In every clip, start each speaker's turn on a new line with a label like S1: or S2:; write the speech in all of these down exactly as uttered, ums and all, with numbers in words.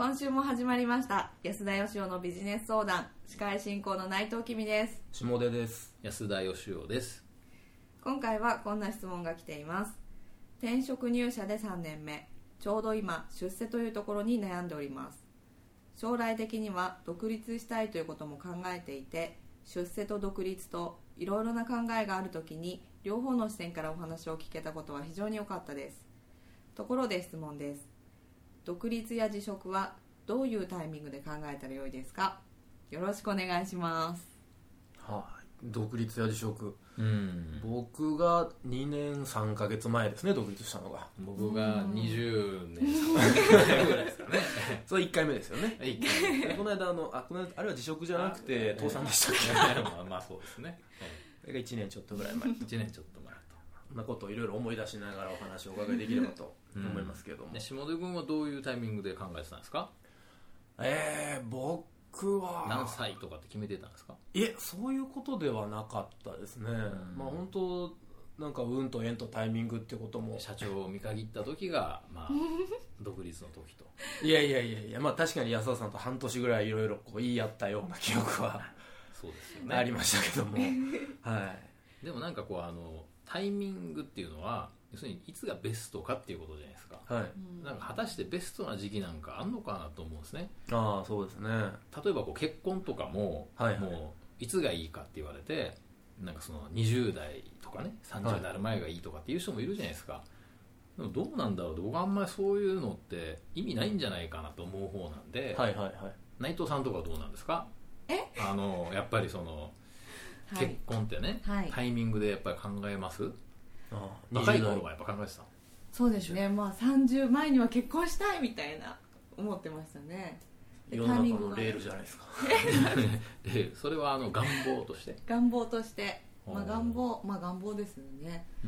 S1: 今週も始まりました安田義雄のビジネス相談。司会進行の内藤君です。
S2: 下出です。
S3: 安田義雄です。
S1: 今回はこんな質問が来ています。転職入社でさんねんめ、ちょうど今出世というところに悩んでおります。将来的には独立したいということも考えていて、出世と独立といろいろな考えがあるときに両方の視点からお話を聞けたことは非常に良かったです。ところで質問です。独立や辞職はどういうタイミングで考えたらよいですか？よろしくお願いします。
S2: はい、独立や辞職、
S3: うん、
S2: 僕がにねんさんかげつまえですね、独立したのが。
S3: 僕がにじゅうねんさんかげつぐらいですかね。
S2: それいっかいめですよね。
S3: いっかいめ
S2: この間あのあこの間あれは辞職じゃなくて倒産でしたっけ？
S3: まあまあそうですね。
S2: それがいちねんちょっとぐらい前。
S3: いちねんちょっと前と。
S2: そんなことをいろいろ思い出しながらお話をお伺いできればと思いますけども。
S3: うん、下出君はどういうタイミングで考えてたんですか？
S2: えー、僕は
S3: 何歳とかって決めてたんですか？
S2: いえ、そういうことではなかったですね。まあ本当なんか運と縁とタイミングってことも。
S3: 社長を見限った時が、まあ、独立の時と。
S2: いやいやいやいや、まあ確かに安田さんと半年ぐらいいろいろ言い合ったような記憶は
S3: そうですよね。
S2: ありましたけどもはい。
S3: でもなんかこうあのタイミングっていうのは要するにいつがベストかっていうことじゃないですか。
S2: はい。
S3: なんか果たしてベストな時期なんかあんのかなと思うんですね。
S2: ああ、そうですね。
S3: 例えばこう結婚とかも、
S2: はいはい、
S3: もういつがいいかって言われて、なんかそのにじゅう代とかねさんじゅうになる前がいいとかっていう人もいるじゃないですか。でもどうなんだろうと、僕はあんまりそういうのって意味ないんじゃないかなと思う方なんで、
S2: はいはいはい、
S3: 内藤さんとかはどうなんですか？
S1: え
S3: あのやっぱりその、はい、結婚ってね、はい、タイミングでやっぱり考えます？ああ、若い頃はやっぱ考えてた。
S1: そうですね、まあ、さんじゅうまえには結婚したいみたいな思ってましたね。
S2: 世の中のレールじゃないですか。
S3: レール、それはあの願望として
S1: 願望として、まあ、願望、まあ、願望ですよね、うん、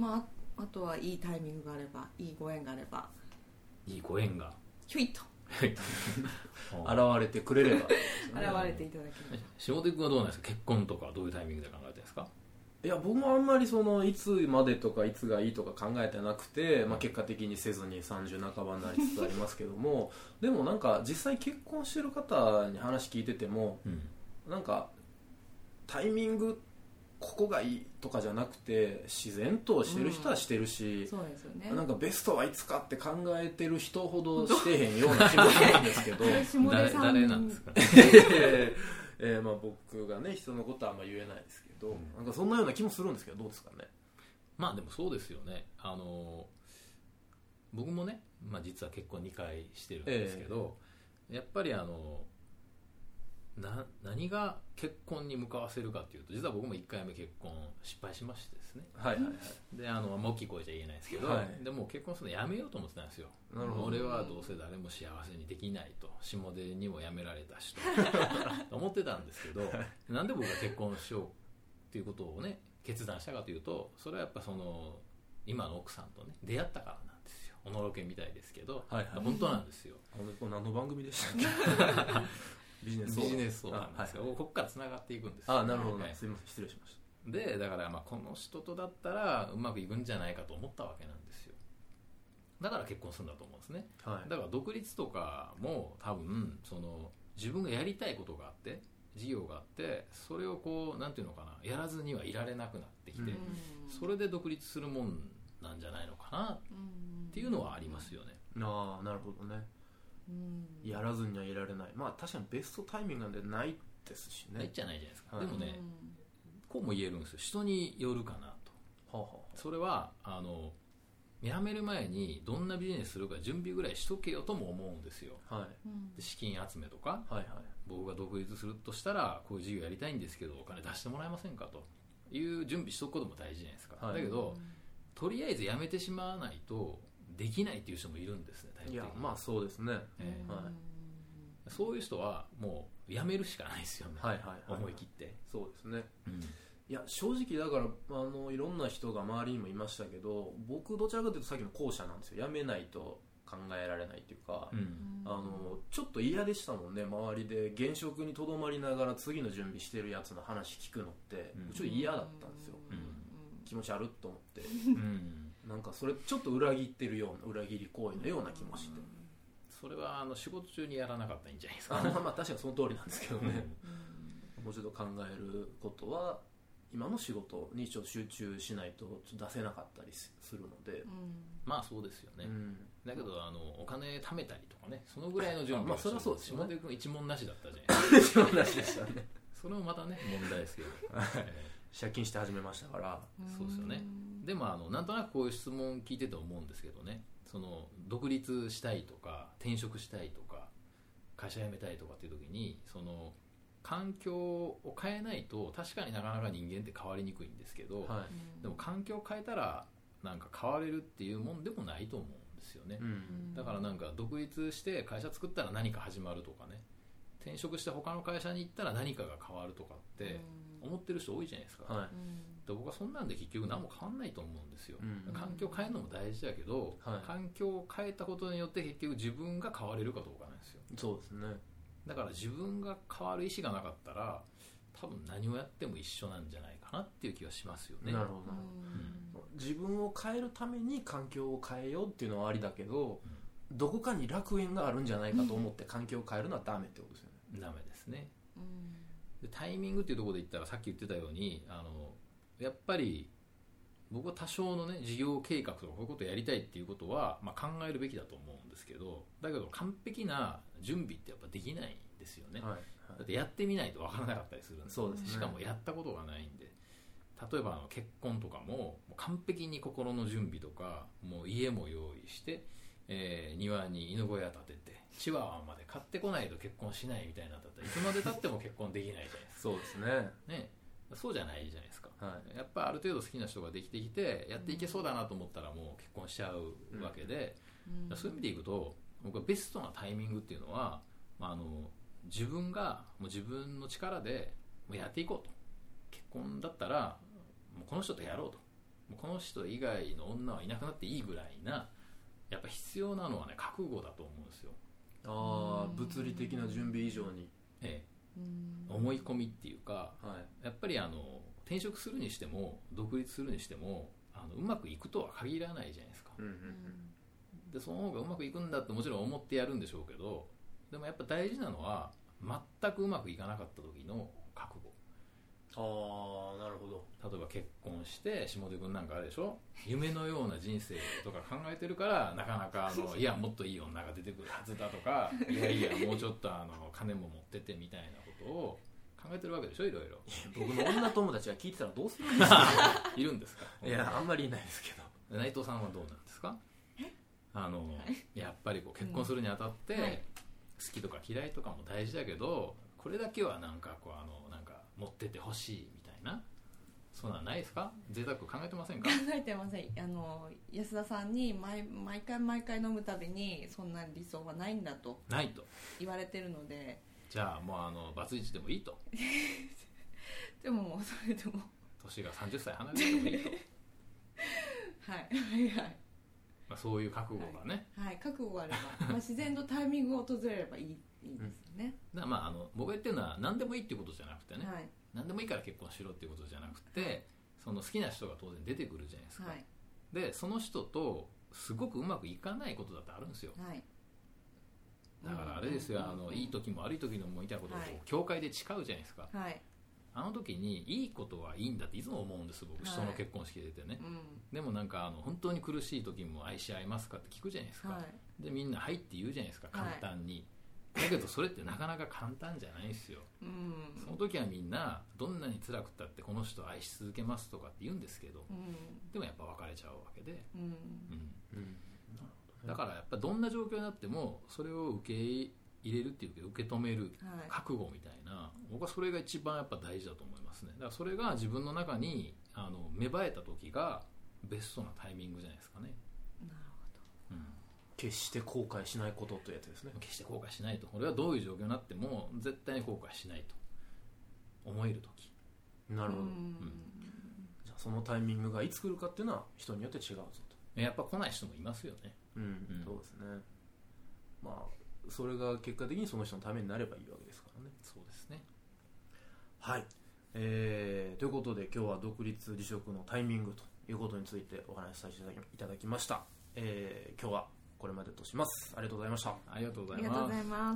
S1: まあ、あとはいいタイミングがあれば、いいご縁があれば、
S3: いいご縁が
S1: ひょいと
S2: 現れてくれれば現
S1: れていただければ。
S3: 下出君はどうなんですか？結婚とかどういうタイミングで考えてるんですか？
S2: いや、僕もあんまりそのいつまでとかいつがいいとか考えてなくて、まあ、結果的にせずにさんじゅう半ばになりつつありますけどもでもなんか実際結婚してる方に話聞いてても、うん、なんかタイミングここがいいとかじゃなくて自然としてる人はしてるし、うん、
S1: そうですよね、
S2: なんかベストはいつかって考えてる人ほどしてへんような気もするんですけど
S3: 誰, 誰なんですかね
S2: えーまあ、僕がね人のことはあんま言えないですけど、うん、なんかそんなような気もするんですけど、どうですかね。
S3: まあでもそうですよね。あの僕もね、まあ、実は結婚にかいしてるんですけど、えー、やっぱりあのな何が結婚に向かわせるかっていうと、実は僕もいっかいめ結婚失敗しましてですね、
S2: はいはいはい、
S3: であの大きい声じゃ言えないですけど、はい、でも結婚するのやめようと思ってたんですよ。なるほど。俺はどうせ誰も幸せにできないと、下出にも辞められたしと思ってたんですけど、なんで僕が結婚しようっていうことをね決断したかというと、それはやっぱその今の奥さんとね出会ったからなんですよ。おのろけみたいですけど、はいはい、本当なんですよ。
S2: 何の番組でしたっけ？ビジネス
S3: ビジネスそうなんですよ、はい、ここからつながっていくんですよ。
S2: あ、なるほど、はい、すみません、失礼しました。
S3: でだからまあこの人とだったらうまくいくんじゃないかと思ったわけなんですよ。だから結婚するんだと思うんですね、はい、だから独立とかも多分その自分がやりたいことがあって事業があって、それをこうなんていうのかな、やらずにはいられなくなってきて、それで独立するもんなんじゃないのかなっていうのはありますよね。
S2: ああ、なるほどね。やらずにはいられない。まあ確かにベストタイミングなんでないですしね。
S3: ないじゃないじゃないですか、はい、でもね、こうも言えるんですよ。人によるかなと、はあはあ、それはあの辞める前にどんなビジネスするか準備ぐらいしとけよとも思うんですよ、はい、で資金集めとか、はいはい、僕が独立するとしたらこういう事業やりたいんですけどお金出してもらえませんかという準備しとくことも大事じゃないですか、はい、だけどとりあえず辞めてしまわないとできないっていう人もいるんですね。
S2: いや、まあそうですね、えーはい、
S3: そういう人はもう辞めるしかないですよね、はいはいはいはい、思い切って。
S2: そうですね、うん、いや正直だからあのいろんな人が周りにもいましたけど、僕どちらかというとさっきの後者なんですよ。辞めないと考えられないというか、うん、あのちょっと嫌でしたもんね。周りで現職にとどまりながら次の準備してるやつの話聞くのって、うん、ちょっと嫌だったんですよ、うん、気持ち悪いと思って、うん、なんかそれちょっと裏切ってるような裏切り行為のような気もして、
S3: それはあの仕事中にやらなかったらいいんじゃないですか、
S2: あまあ確かにその通りなんですけどね、うん、もうちょっと考えることは今の仕事にちょっと集中しないとちょっと出せなかったりするので、うん、
S3: まあそうですよね、うん、だけどあのお金貯めたりとかね、そのぐらいの準備は、まあそれはそうですよね。下出君一問なしだったじゃないですか。一問なしでしたね。それもまたね問題ですけど
S2: 借金して始めましたから。
S3: そうですよね。でもあのなんとなくこういう質問聞いてて思うんですけどね、その独立したいとか転職したいとか会社辞めたいとかっていう時に、その環境を変えないと確かになかなか人間って変わりにくいんですけど、はい、でも環境を変えたらなんか変われるっていうもんでもないと思うんですよね、うん、だからなんか独立して会社作ったら何か始まるとかね、転職して他の会社に行ったら何かが変わるとかって思ってる人多いじゃないですか、はい、で僕はそんなんで結局何も変わんないと思うんですよ、うん、環境を変えるのも大事だけど、はい、環境を変えたことによって結局自分が変われるかどうかなんですよ。
S2: そうですね。
S3: だから自分が変わる意思がなかったら多分何をやっても一緒なんじゃないかなっていう気はしますよね。
S2: なるほど、うん、自分を変えるために環境を変えようっていうのはありだけど、うん、どこかに楽園があるんじゃないかと思って環境を変えるのはダメってことですよね。
S3: ダメですね、うん、でタイミングっていうところで言ったらさっき言ってたようにあのやっぱり僕は多少のね事業計画とかこういうことをやりたいっていうことは、まあ、考えるべきだと思うんですけど、だけど完璧な準備ってやっぱできないんですよね、はいはい、だってやってみないと分からなかったりするんです。そうですね。しかもやったことがないんで、例えばあの結婚とかも、もう完璧に心の準備とかもう家も用意して、えー、庭に犬小屋建ててチワワまで買ってこないと結婚しないみたいなのだったらいつまでたっても結婚できないじゃないですか。
S2: そうですね。
S3: ね、そうじゃないじゃないですか、はい、やっぱある程度好きな人ができてきてやっていけそうだなと思ったらもう結婚しちゃうわけで、うん、そういう意味でいくと僕はベストなタイミングっていうのは、まあ、あの自分がもう自分の力でもうやっていこうと。結婚だったらもうこの人とやろうと、もうこの人以外の女はいなくなっていいぐらいな、やっぱ必要なのはね覚悟だと思うんですよ。
S2: ああ、物理的な準備以上に、
S3: ええ、思い込みっていうか、はい、やっぱりあの転職するにしても独立するにしてもあのうまくいくとは限らないじゃないですか、うんうんうん、でその方がうまくいくんだってもちろん思ってやるんでしょうけど、でもやっぱ大事なのは全くうまくいかなかった時の覚悟。
S2: ああ、なるほど。
S3: 例えば結婚して下出君なんかあれでしょ、夢のような人生とか考えてるからなかなかあのいやもっといい女が出てくるはずだとかいやいやもうちょっとあの金も持っててみたいなことを考えてるわけでしょ。いろいろ
S2: 僕の女友達が聞いてたらどうするんですか
S3: いるんですか。
S2: いやあんまりいないですけど。
S3: 内藤さんはどうなんですか。あのやっぱりこう結婚するにあたって、うんはい、好きとか嫌いとかも大事だけどこれだけはなんかこうあのなんか持っててほしいみたいな、そうなんないですか。贅沢考えてませんか。
S1: 考えてません。あの安田さんに 毎, 毎回毎回飲むたびにそんな理想はないんだと
S3: ないと
S1: 言われてるので、
S3: じゃあもうあのバツイチでもいいと
S1: でももうそれでも
S3: 年がさんじゅっさい離れてもいいと
S1: はいはいはい、
S3: まあ、そういう覚悟がね、
S1: はい、はい、覚悟があれば、まあ、自然とタイミングが訪れればいい、いいですよね、
S3: うん、だからまああの僕が言ってるのは何でもいいっていうことじゃなくてね、はい、何でもいいから結婚しろっていうことじゃなくて、はい、その好きな人が当然出てくるじゃないですか、はい、でその人とすごくうまくいかないことだってあるんですよ、はい、だからあれですよ、あのいい時も悪い時のもみたいなことを教会で誓うじゃないですか、はい、あの時にいいことはいいんだっていつも思うんです僕、人の結婚式出てね、はい、うん、でもなんかあの本当に苦しい時も愛し合いますかって聞くじゃないですか、はい、でみんなはいって言うじゃないですか簡単に、はい、だけどそれってなかなか簡単じゃないんですよ、うん、その時はみんなどんなに辛くったってこの人を愛し続けますとかって言うんですけど、うん、でもやっぱ別れちゃうわけで、うんうんうん、だからやっぱどんな状況になってもそれを受け入れるっていうか受け止める覚悟みたいな、はい、僕はそれが一番やっぱ大事だと思いますね。だからそれが自分の中にあの芽生えた時がベストなタイミングじゃないですかね。
S1: なるほど、うん、
S2: 決して後悔しないことというやつですね。
S3: 決して後悔しないと、俺はどういう状況になっても絶対に後悔しないと思える時。
S2: なるほど、うん、じゃあそのタイミングがいつ来るかっていうのは人によって違うぞと。
S3: やっぱ来ない人もいますよね、
S2: うんうん、そうですね。まあそれが結果的にその人のためになればいいわけですからね。
S3: そうですね。
S2: はい、えー、ということで今日は独立離職のタイミングということについてお話しさせていただきました、えー、今日はこれまでとします。ありがとうございました。
S3: ありがとうございます。
S1: ありがとうございます。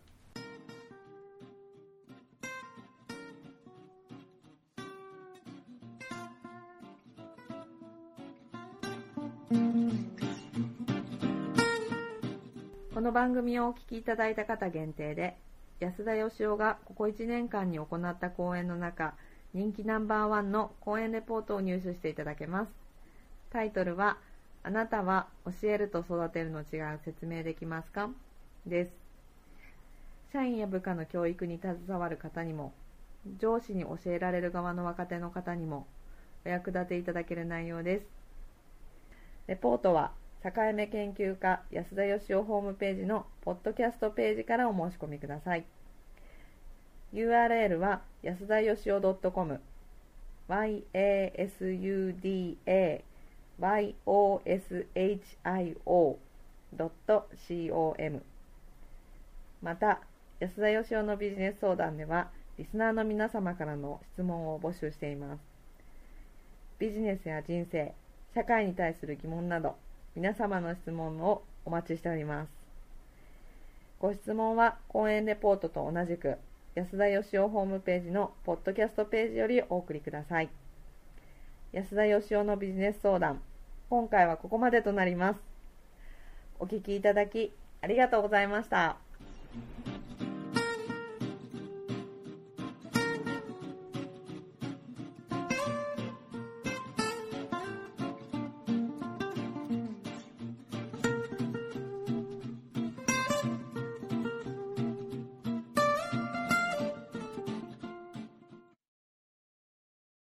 S1: この番組をお聞きいただいた方限定で、安田義雄がここいちねんかんに行った講演の中、人気ナンバーワンの講演レポートを入手していただけます。タイトルは、あなたは教えると育てるの違いを説明できますか？です。社員や部下の教育に携わる方にも、上司に教えられる側の若手の方にも、お役立ていただける内容です。レポートは、境目研究家安田義雄ホームページのポッドキャストページからお申し込みください。ユーアールエル は安田義雄 .com、ワイエーエスユーディーエーワイオーエスエイチアイオードットコム。また、安田義雄のビジネス相談では、リスナーの皆様からの質問を募集しています。ビジネスや人生、社会に対する疑問など、皆様の質問をお待ちしております。ご質問は講演レポートと同じく安田義雄ホームページのポッドキャストページよりお送りください。安田義雄のビジネス相談、今回はここまでとなります。お聞きいただきありがとうございました。